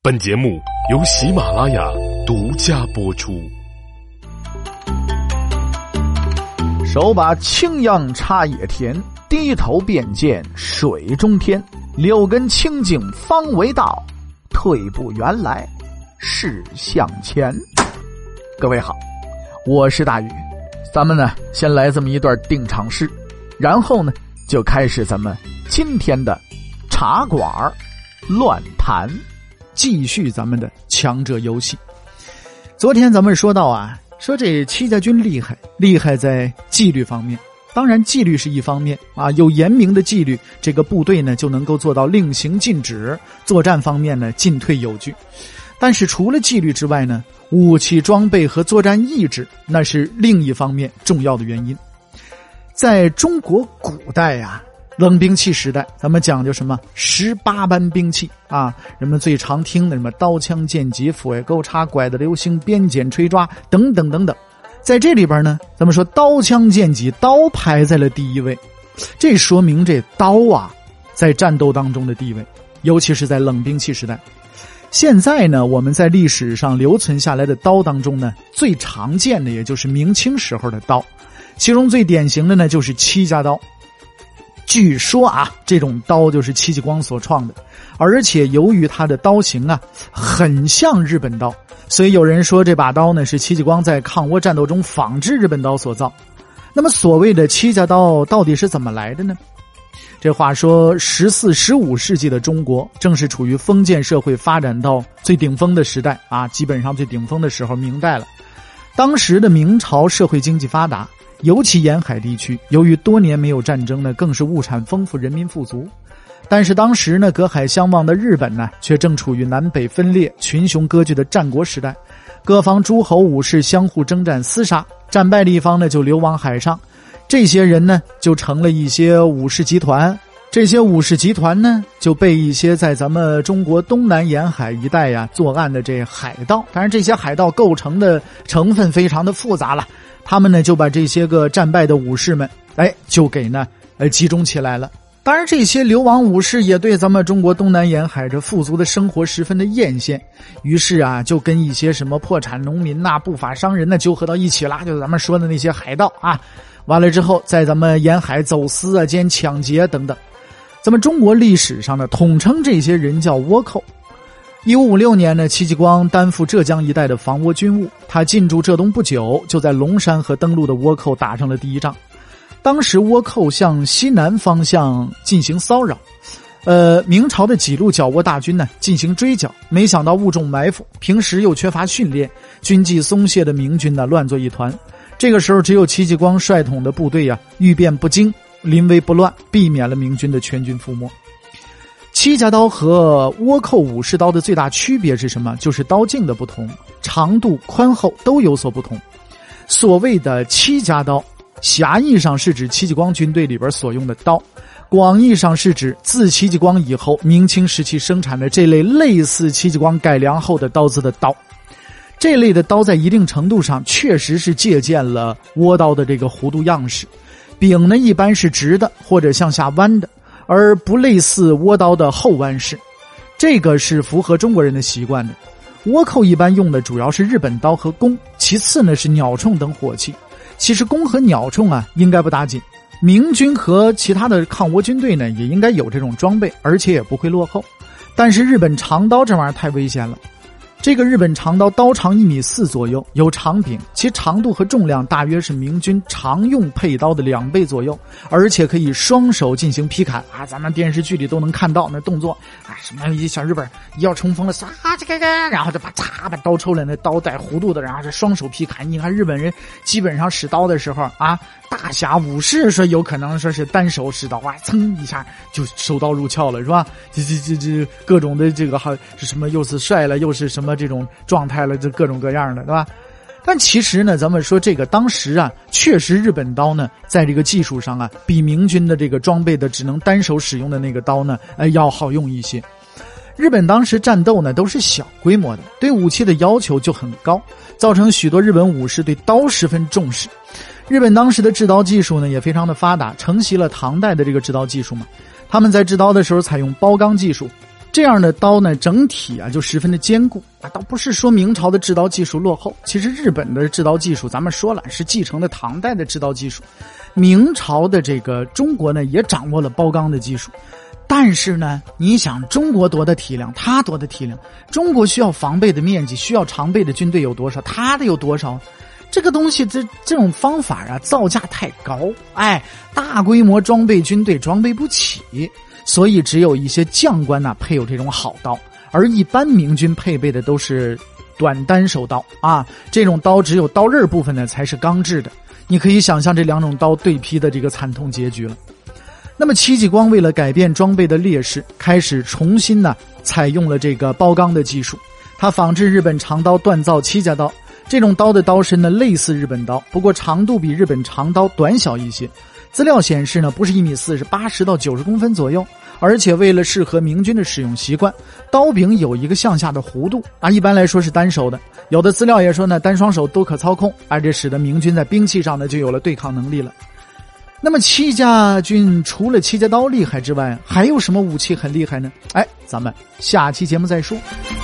本节目由喜马拉雅独家播出。 手把青秧插野田，低头便见水中天。六根清净方为道，退步原来是向前。各位好，我是大宇，咱们呢先来这么一段定场诗，然后呢就开始咱们今天的茶馆乱谈，继续咱们的强者游戏。昨天咱们说到啊，说这戚家军厉害在纪律方面。当然纪律是一方面啊，有严明的纪律，这个部队呢就能够做到令行禁止，作战方面呢进退有据。但是除了纪律之外呢，武器装备和作战意志那是另一方面重要的原因。在中国古代啊，冷兵器时代，咱们讲究什么18般兵器啊，人们最常听的什么刀枪剑戟斧钺钩叉拐子流星鞭锏锤抓等等等等。在这里边呢，咱们说刀枪剑戟，刀排在了第一位，这说明这刀啊在战斗当中的地位，尤其是在冷兵器时代。现在呢，我们在历史上留存下来的刀当中呢，最常见的也就是明清时候的刀，其中最典型的呢就是戚家刀。据说啊，这种刀就是戚继光所创的，而且由于它的刀型啊很像日本刀，所以有人说这把刀呢是戚继光在抗倭战斗中仿制日本刀所造。那么所谓的戚家刀到底是怎么来的呢？这话说14、15世纪的中国正是处于封建社会发展到最顶峰的时代啊，基本上最顶峰的时候明代了。当时的明朝社会经济发达，尤其沿海地区，由于多年没有战争呢，更是物产丰富，人民富足。但是当时呢，隔海相望的日本呢，却正处于南北分裂、群雄割据的战国时代，各方诸侯武士相互征战厮杀，战败的一方呢就流亡海上，这些人呢就成了一些武士集团。这些武士集团呢，就被一些在咱们中国东南沿海一带呀作案的这海盗，当然这些海盗构成的成分非常的复杂了，他们呢就把这些个战败的武士们就给呢集中起来了。当然这些流亡武士也对咱们中国东南沿海这富足的生活十分的艳羡，于是啊就跟一些什么破产农民呐、不法商人呐纠合到一起了，就是咱们说的那些海盗啊。完了之后在咱们沿海走私啊、兼抢劫等等。咱们中国历史上呢统称这些人叫倭寇。1556年呢，戚继光担负浙江一带的防倭军务，他进驻浙东不久，就在龙山和登陆的倭寇打上了第一仗。当时倭寇向西南方向进行骚扰，明朝的几路剿倭大军呢进行追剿，没想到误中埋伏，平时又缺乏训练，军纪松懈的明军呢乱作一团。这个时候只有戚继光率统的部队啊遇变不惊，临危不乱，避免了明军的全军覆没。戚家刀和倭寇武士刀的最大区别是什么？就是刀径的不同，长度、宽厚都有所不同。所谓的戚家刀，狭义上是指戚继光军队里边所用的刀，广义上是指自戚继光以后明清时期生产的这类类似戚继光改良后的刀子的刀。这类的刀在一定程度上确实是借鉴了倭刀的这个弧度样式，柄呢一般是直的或者向下弯的，而不类似倭刀的后弯式，这个是符合中国人的习惯的。倭寇一般用的主要是日本刀和弓，其次呢是鸟铳等火器。其实弓和鸟铳啊应该不打紧，明军和其他的抗倭军队呢也应该有这种装备，而且也不会落后。但是日本长刀这玩意儿太危险了。这个日本长刀刀长1.4米左右，有长柄，其长度和重量大约是明军常用配刀的2倍左右，而且可以双手进行劈砍啊！咱们电视剧里都能看到那动作啊，什么一小日本一要冲锋了，然后就把刀抽来，那刀带弧度的，然后这双手劈砍。你看日本人基本上使刀的时候啊，大侠武士说有可能说是单手使刀啊，噌一下就手刀入鞘了，是吧？这各种的这个还是什么，又是帅了，又是什么这种状态了，这各种各样的，对吧？但其实呢，咱们说这个当时啊，确实日本刀呢，在这个技术上啊，比明军的这个装备的只能单手使用的那个刀呢，要好用一些。日本当时战斗呢都是小规模的，对武器的要求就很高，造成许多日本武士对刀十分重视。日本当时的制刀技术呢也非常的发达，承袭了唐代的这个制刀技术嘛。他们在制刀的时候采用包钢技术， 这样的刀呢，整体就十分的坚固啊。倒不是说明朝的制刀技术落后，其实日本的制刀技术咱们说了是继承的唐代的制刀技术，明朝的这个中国呢也掌握了包钢的技术。但是呢，你想中国多大体量，他多大体量？中国需要防备的面积，需要常备的军队有多少？他的有多少？这个东西这种方法造价太高，大规模装备军队装备不起，所以只有一些将官配有这种好刀，而一般明军配备的都是短单手刀这种刀只有刀刃部分呢才是钢制的。你可以想象这两种刀对劈的这个惨痛结局了。那么戚继光为了改变装备的劣势，开始重新采用了这个包钢的技术。他仿制日本长刀锻造戚家刀，这种刀的刀身呢类似日本刀，不过长度比日本长刀短小一些。资料显示呢，不是1.4米，是80到90公分左右。而且为了适合明军的使用习惯，刀柄有一个向下的弧度一般来说是单手的。有的资料也说呢，单双手都可操控，这使得明军在兵器上呢就有了对抗能力了。那么戚家军除了戚家刀厉害之外，还有什么武器很厉害呢？咱们下期节目再说。